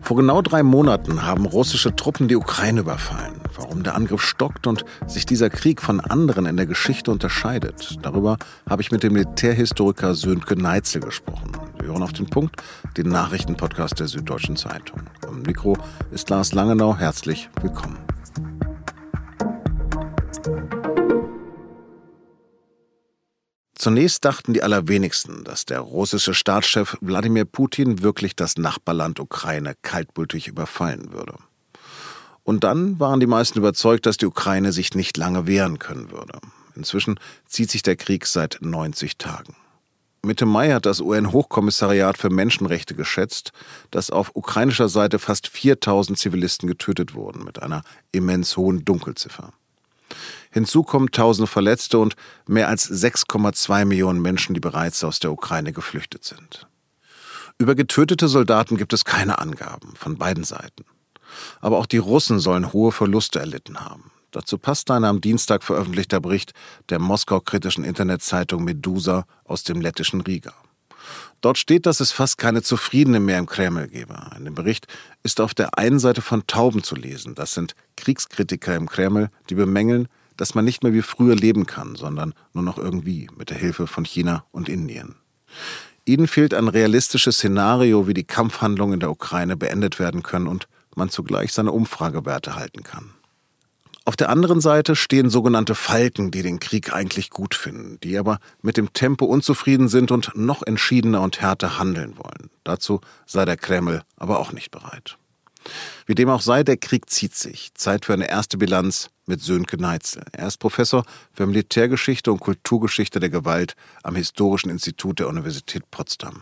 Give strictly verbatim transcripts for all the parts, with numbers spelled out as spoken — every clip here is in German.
Vor genau drei Monaten haben russische Truppen die Ukraine überfallen. Warum der Angriff stockt und sich dieser Krieg von anderen in der Geschichte unterscheidet, darüber habe ich mit dem Militärhistoriker Sönke Neitzel gesprochen. Wir hören auf den Punkt, den Nachrichtenpodcast der Süddeutschen Zeitung. Am Mikro ist Lars Langenau. Herzlich willkommen. Zunächst dachten die allerwenigsten, dass der russische Staatschef Wladimir Putin wirklich das Nachbarland Ukraine kaltblütig überfallen würde. Und dann waren die meisten überzeugt, dass die Ukraine sich nicht lange wehren können würde. Inzwischen zieht sich der Krieg seit neunzig Tagen. Mitte Mai hat das U N-Hochkommissariat für Menschenrechte geschätzt, dass auf ukrainischer Seite fast viertausend Zivilisten getötet wurden, mit einer immens hohen Dunkelziffer. Hinzu kommen tausende Verletzte und mehr als sechs Komma zwei Millionen Menschen, die bereits aus der Ukraine geflüchtet sind. Über getötete Soldaten gibt es keine Angaben von beiden Seiten. Aber auch die Russen sollen hohe Verluste erlitten haben. Dazu passt ein am Dienstag veröffentlichter Bericht der Moskau-kritischen Internetzeitung Medusa aus dem lettischen Riga. Dort steht, dass es fast keine Zufriedenen mehr im Kreml gebe. In dem Bericht ist auf der einen Seite von Tauben zu lesen. Das sind Kriegskritiker im Kreml, die bemängeln, dass man nicht mehr wie früher leben kann, sondern nur noch irgendwie mit der Hilfe von China und Indien. Ihnen fehlt ein realistisches Szenario, wie die Kampfhandlungen in der Ukraine beendet werden können und man zugleich seine Umfragewerte halten kann. Auf der anderen Seite stehen sogenannte Falken, die den Krieg eigentlich gut finden, die aber mit dem Tempo unzufrieden sind und noch entschiedener und härter handeln wollen. Dazu sei der Kreml aber auch nicht bereit. Wie dem auch sei, der Krieg zieht sich. Zeit für eine erste Bilanz mit Sönke Neitzel. Er ist Professor für Militärgeschichte und Kulturgeschichte der Gewalt am Historischen Institut der Universität Potsdam.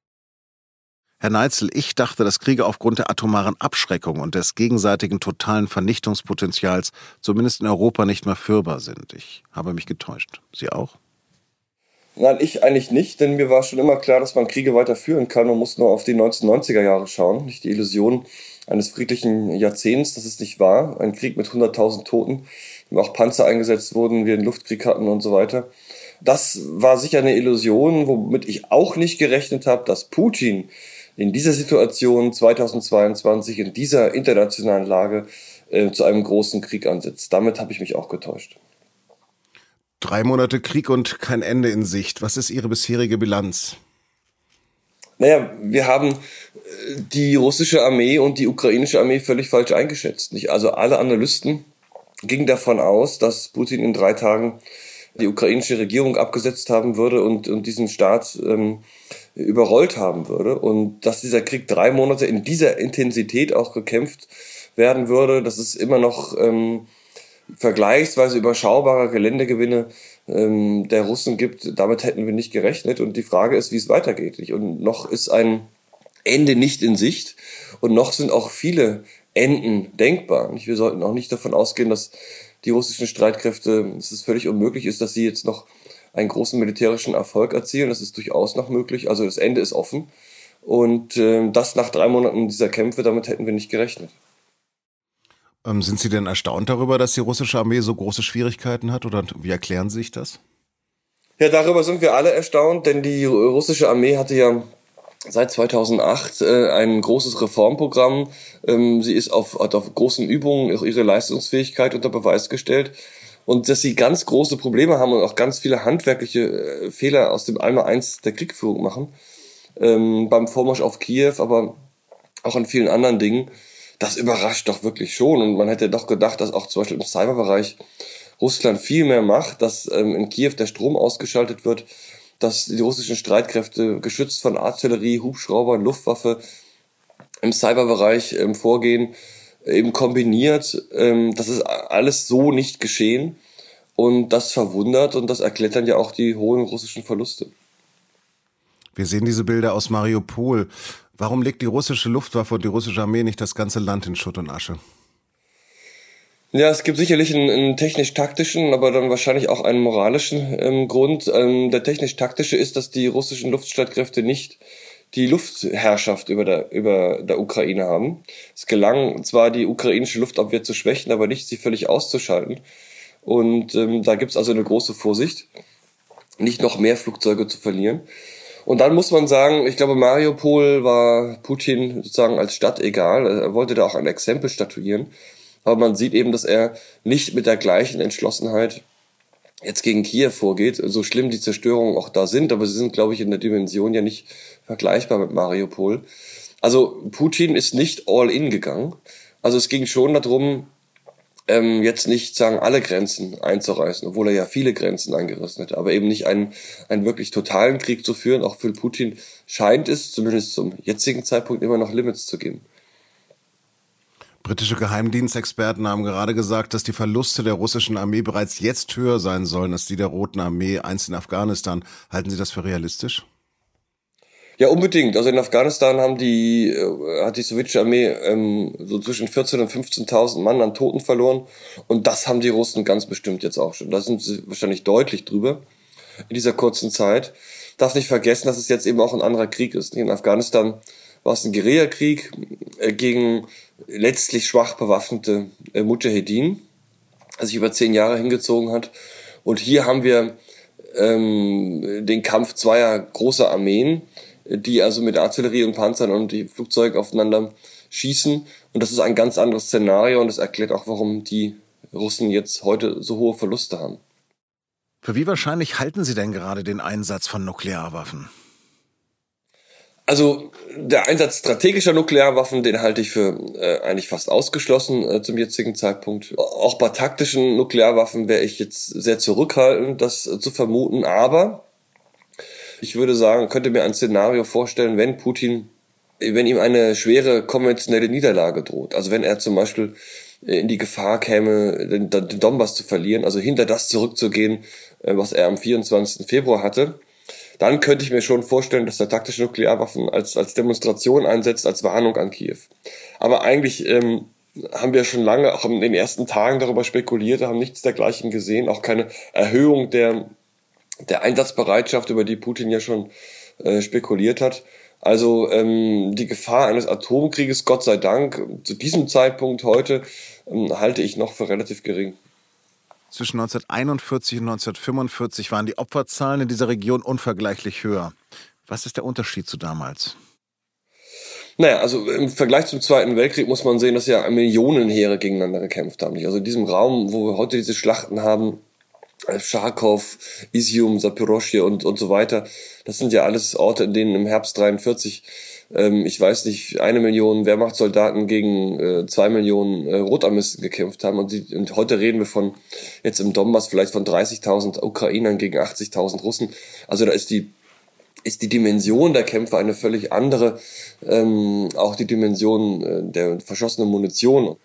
Herr Neitzel, ich dachte, dass Kriege aufgrund der atomaren Abschreckung und des gegenseitigen totalen Vernichtungspotenzials zumindest in Europa nicht mehr führbar sind. Ich habe mich getäuscht. Sie auch? Nein, ich eigentlich nicht, denn mir war schon immer klar, dass man Kriege weiter führen kann. Man muss nur auf die neunzehnhundertneunziger Jahre schauen, nicht die Illusion eines friedlichen Jahrzehnts, das ist nicht wahr. Ein Krieg mit hunderttausend Toten, wo auch Panzer eingesetzt wurden, wir einen Luftkrieg hatten und so weiter. Das war sicher eine Illusion, womit ich auch nicht gerechnet habe, dass Putin in dieser Situation zweitausendzweiundzwanzig, in dieser internationalen Lage, äh, zu einem großen Krieg ansetzt. Damit habe ich mich auch getäuscht. Drei Monate Krieg und kein Ende in Sicht. Was ist Ihre bisherige Bilanz? Naja, wir haben die russische Armee und die ukrainische Armee völlig falsch eingeschätzt. Nicht? Also alle Analysten gingen davon aus, dass Putin in drei Tagen die ukrainische Regierung abgesetzt haben würde und, und diesen Staat ähm, überrollt haben würde. Und dass dieser Krieg drei Monate in dieser Intensität auch gekämpft werden würde, dass es immer noch ähm, vergleichsweise überschaubare Geländegewinne ähm, der Russen gibt, damit hätten wir nicht gerechnet. Und die Frage ist, wie es weitergeht. Nicht? Und noch ist ein Ende nicht in Sicht und noch sind auch viele Enden denkbar. Nicht? Wir sollten auch nicht davon ausgehen, dass die russischen Streitkräfte, dass es völlig unmöglich ist, dass sie jetzt noch einen großen militärischen Erfolg erzielen. Das ist durchaus noch möglich. Also das Ende ist offen. Und äh, das nach drei Monaten dieser Kämpfe, damit hätten wir nicht gerechnet. Ähm, sind Sie denn erstaunt darüber, dass die russische Armee so große Schwierigkeiten hat? Oder wie erklären Sie sich das? Ja, darüber sind wir alle erstaunt, denn die russische Armee hatte ja seit zweitausendacht äh, ein großes Reformprogramm. Ähm, sie ist auf, hat auf großen Übungen ihre Leistungsfähigkeit unter Beweis gestellt. Und dass sie ganz große Probleme haben und auch ganz viele handwerkliche äh, Fehler aus dem Einmaleins der Kriegführung machen. Ähm, beim Vormarsch auf Kiew, aber auch an vielen anderen Dingen. Das überrascht doch wirklich schon. Und man hätte doch gedacht, dass auch zum Beispiel im Cyberbereich Russland viel mehr macht, dass ähm, in Kiew der Strom ausgeschaltet wird, dass die russischen Streitkräfte geschützt von Artillerie, Hubschraubern, Luftwaffe im Cyberbereich ähm, vorgehen, eben kombiniert. Ähm, das ist alles so nicht geschehen und das verwundert und das erklärt dann ja auch die hohen russischen Verluste. Wir sehen diese Bilder aus Mariupol. Warum legt die russische Luftwaffe und die russische Armee nicht das ganze Land in Schutt und Asche? Ja, es gibt sicherlich einen, einen technisch-taktischen, aber dann wahrscheinlich auch einen moralischen ähm, Grund. Ähm, der technisch-taktische ist, dass die russischen Luftstreitkräfte nicht die Luftherrschaft über der, über der Ukraine haben. Es gelang zwar, die ukrainische Luftabwehr zu schwächen, aber nicht, sie völlig auszuschalten. Und ähm, da gibt's also eine große Vorsicht, nicht noch mehr Flugzeuge zu verlieren. Und dann muss man sagen, ich glaube, Mariupol war Putin sozusagen als Stadt egal. Er wollte da auch ein Exempel statuieren. Aber man sieht eben, dass er nicht mit der gleichen Entschlossenheit jetzt gegen Kiew vorgeht. So schlimm die Zerstörungen auch da sind, aber sie sind, glaube ich, in der Dimension ja nicht vergleichbar mit Mariupol. Also Putin ist nicht all in gegangen. Also es ging schon darum, ähm, jetzt nicht sagen alle Grenzen einzureißen, obwohl er ja viele Grenzen eingerissen hat, aber eben nicht einen, einen wirklich totalen Krieg zu führen. Auch für Putin scheint es, zumindest zum jetzigen Zeitpunkt, immer noch Limits zu geben. Britische Geheimdienstexperten haben gerade gesagt, dass die Verluste der russischen Armee bereits jetzt höher sein sollen als die der Roten Armee, einst in Afghanistan. Halten Sie das für realistisch? Ja, unbedingt. Also in Afghanistan haben die, äh, hat die sowjetische Armee ähm, so zwischen vierzehntausend und fünfzehntausend Mann an Toten verloren. Und das haben die Russen ganz bestimmt jetzt auch schon. Da sind sie wahrscheinlich deutlich drüber in dieser kurzen Zeit. Darf nicht vergessen, dass es jetzt eben auch ein anderer Krieg ist. In Afghanistan war es ein Guerillakrieg äh, gegen letztlich schwach bewaffnete äh, Mujahedin, der sich über zehn Jahre hingezogen hat. Und hier haben wir ähm, den Kampf zweier großer Armeen, die also mit Artillerie und Panzern und die Flugzeuge aufeinander schießen. Und das ist ein ganz anderes Szenario und das erklärt auch, warum die Russen jetzt heute so hohe Verluste haben. Für wie wahrscheinlich halten Sie denn gerade den Einsatz von Nuklearwaffen? Also der Einsatz strategischer Nuklearwaffen, den halte ich für äh, eigentlich fast ausgeschlossen äh, zum jetzigen Zeitpunkt. Auch bei taktischen Nuklearwaffen wäre ich jetzt sehr zurückhaltend, das äh, zu vermuten. Aber ich würde sagen, könnte mir ein Szenario vorstellen, wenn Putin, wenn ihm eine schwere konventionelle Niederlage droht. Also wenn er zum Beispiel in die Gefahr käme, den, den Donbass zu verlieren, also hinter das zurückzugehen, äh, was er am vierundzwanzigsten Februar hatte. Dann könnte ich mir schon vorstellen, dass er taktische Nuklearwaffen als, als Demonstration einsetzt, als Warnung an Kiew. Aber eigentlich ähm, haben wir schon lange, auch in den ersten Tagen darüber spekuliert, haben nichts dergleichen gesehen, auch keine Erhöhung der, der Einsatzbereitschaft, über die Putin ja schon äh, spekuliert hat. Also ähm, die Gefahr eines Atomkrieges, Gott sei Dank, zu diesem Zeitpunkt heute ähm, halte ich noch für relativ gering. Zwischen neunzehnhunderteinundvierzig und neunzehnhundertfünfundvierzig waren die Opferzahlen in dieser Region unvergleichlich höher. Was ist der Unterschied zu damals? Naja, also im Vergleich zum Zweiten Weltkrieg muss man sehen, dass ja Millionenheere gegeneinander gekämpft haben. Also in diesem Raum, wo wir heute diese Schlachten haben, Charkow, Isium, Saporoschje und, und so weiter, das sind ja alles Orte, in denen im Herbst dreiundvierzig ich weiß nicht, eine Million Wehrmachtssoldaten gegen äh, zwei Millionen äh, Rotarmisten gekämpft haben. Und, die, und heute reden wir von, jetzt im Donbass vielleicht von dreißigtausend Ukrainern gegen achtzigtausend Russen. Also da ist die, ist die Dimension der Kämpfe eine völlig andere. Ähm, auch die Dimension äh, der verschossenen Munition.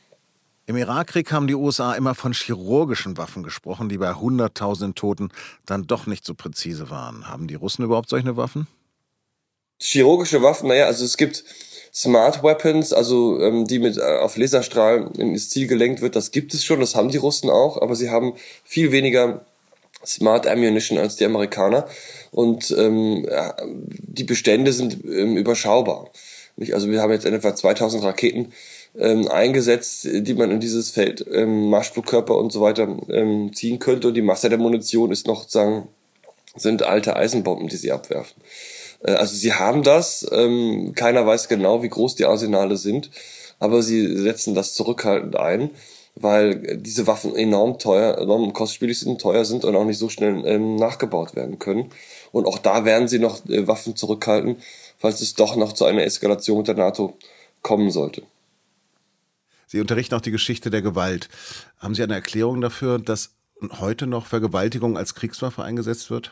Im Irakkrieg haben die U S A immer von chirurgischen Waffen gesprochen, die bei hunderttausenden Toten dann doch nicht so präzise waren. Haben die Russen überhaupt solche Waffen? Chirurgische Waffen, naja, also es gibt Smart Weapons, also ähm, die mit äh, auf Laserstrahl ins Ziel gelenkt wird, das gibt es schon, das haben die Russen auch, aber sie haben viel weniger Smart Ammunition als die Amerikaner und ähm, ja, die Bestände sind ähm, überschaubar. Nicht? Also wir haben jetzt etwa zweitausend Raketen ähm, eingesetzt, die man in dieses Feld, ähm, Marschflugkörper und so weiter ähm, ziehen könnte und die Masse der Munition ist noch, sagen, sind alte Eisenbomben, die sie abwerfen. Also sie haben das, ähm, keiner weiß genau, wie groß die Arsenale sind, aber sie setzen das zurückhaltend ein, weil diese Waffen enorm teuer, enorm kostspielig sind, teuer sind und auch nicht so schnell ähm, nachgebaut werden können. Und auch da werden sie noch äh, Waffen zurückhalten, falls es doch noch zu einer Eskalation mit der NATO kommen sollte. Sie unterrichten auch die Geschichte der Gewalt. Haben Sie eine Erklärung dafür, dass heute noch Vergewaltigung als Kriegswaffe eingesetzt wird?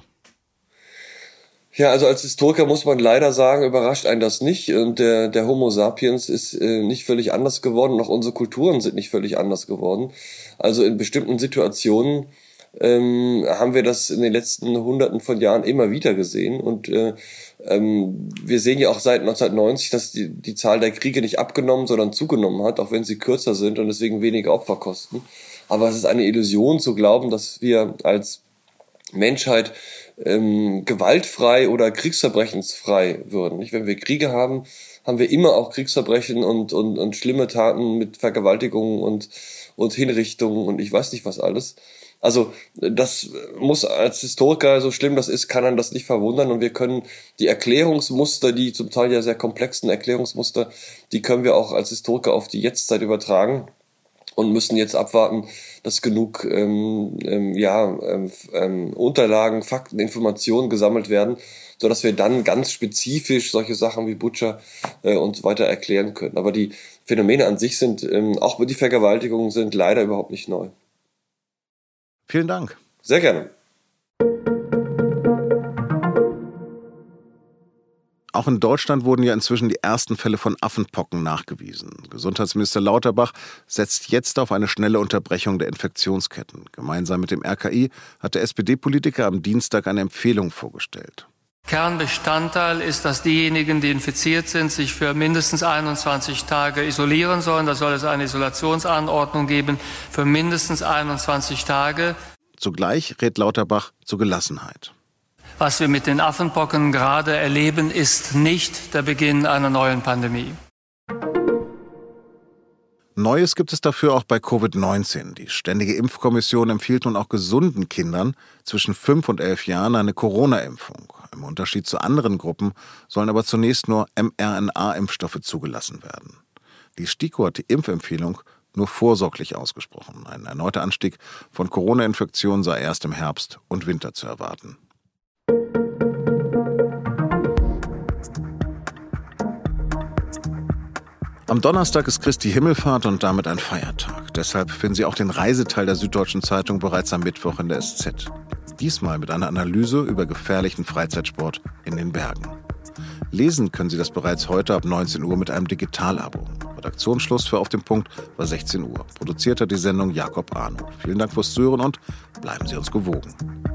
Ja, also als Historiker muss man leider sagen, überrascht einen das nicht. Und der, der Homo sapiens ist äh, nicht völlig anders geworden, auch unsere Kulturen sind nicht völlig anders geworden. Also in bestimmten Situationen ähm, haben wir das in den letzten Hunderten von Jahren immer wieder gesehen. Und äh, ähm, wir sehen ja auch seit neunzehnhundertneunzig, dass die, die Zahl der Kriege nicht abgenommen, sondern zugenommen hat, auch wenn sie kürzer sind und deswegen weniger Opfer kosten. Aber es ist eine Illusion zu glauben, dass wir als Menschheit ähm, gewaltfrei oder kriegsverbrechensfrei würden. Nicht? Wenn wir Kriege haben, haben wir immer auch Kriegsverbrechen und, und, und schlimme Taten mit Vergewaltigungen und, und Hinrichtungen und ich weiß nicht was alles. Also das muss als Historiker, so schlimm das ist, kann einen das nicht verwundern. Und wir können die Erklärungsmuster, die zum Teil ja sehr komplexen Erklärungsmuster, die können wir auch als Historiker auf die Jetztzeit übertragen und müssen jetzt abwarten, dass genug ähm, ähm, ja, ähm, Unterlagen, Fakten, Informationen gesammelt werden, sodass wir dann ganz spezifisch solche Sachen wie Butscha äh, und so weiter erklären können. Aber die Phänomene an sich sind, ähm, auch die Vergewaltigungen sind leider überhaupt nicht neu. Vielen Dank. Sehr gerne. Auch in Deutschland wurden ja inzwischen die ersten Fälle von Affenpocken nachgewiesen. Gesundheitsminister Lauterbach setzt jetzt auf eine schnelle Unterbrechung der Infektionsketten. Gemeinsam mit dem R K I hat der S P D-Politiker am Dienstag eine Empfehlung vorgestellt. Kernbestandteil ist, dass diejenigen, die infiziert sind, sich für mindestens einundzwanzig Tage isolieren sollen. Da soll es eine Isolationsanordnung geben für mindestens einundzwanzig Tage. Zugleich rät Lauterbach zur Gelassenheit. Was wir mit den Affenpocken gerade erleben, ist nicht der Beginn einer neuen Pandemie. Neues gibt es dafür auch bei Covid neunzehn. Die Ständige Impfkommission empfiehlt nun auch gesunden Kindern zwischen fünf und elf Jahren eine Corona-Impfung. Im Unterschied zu anderen Gruppen sollen aber zunächst nur mRNA-Impfstoffe zugelassen werden. Die STIKO hat die Impfempfehlung nur vorsorglich ausgesprochen. Ein erneuter Anstieg von Corona-Infektionen sei erst im Herbst und Winter zu erwarten. Am Donnerstag ist Christi Himmelfahrt und damit ein Feiertag. Deshalb finden Sie auch den Reiseteil der Süddeutschen Zeitung bereits am Mittwoch in der S Z. Diesmal mit einer Analyse über gefährlichen Freizeitsport in den Bergen. Lesen können Sie das bereits heute ab neunzehn Uhr mit einem Digitalabo. Redaktionsschluss für Auf den Punkt war sechzehn Uhr. Produziert hat die Sendung Jakob Arno. Vielen Dank fürs Zuhören und bleiben Sie uns gewogen.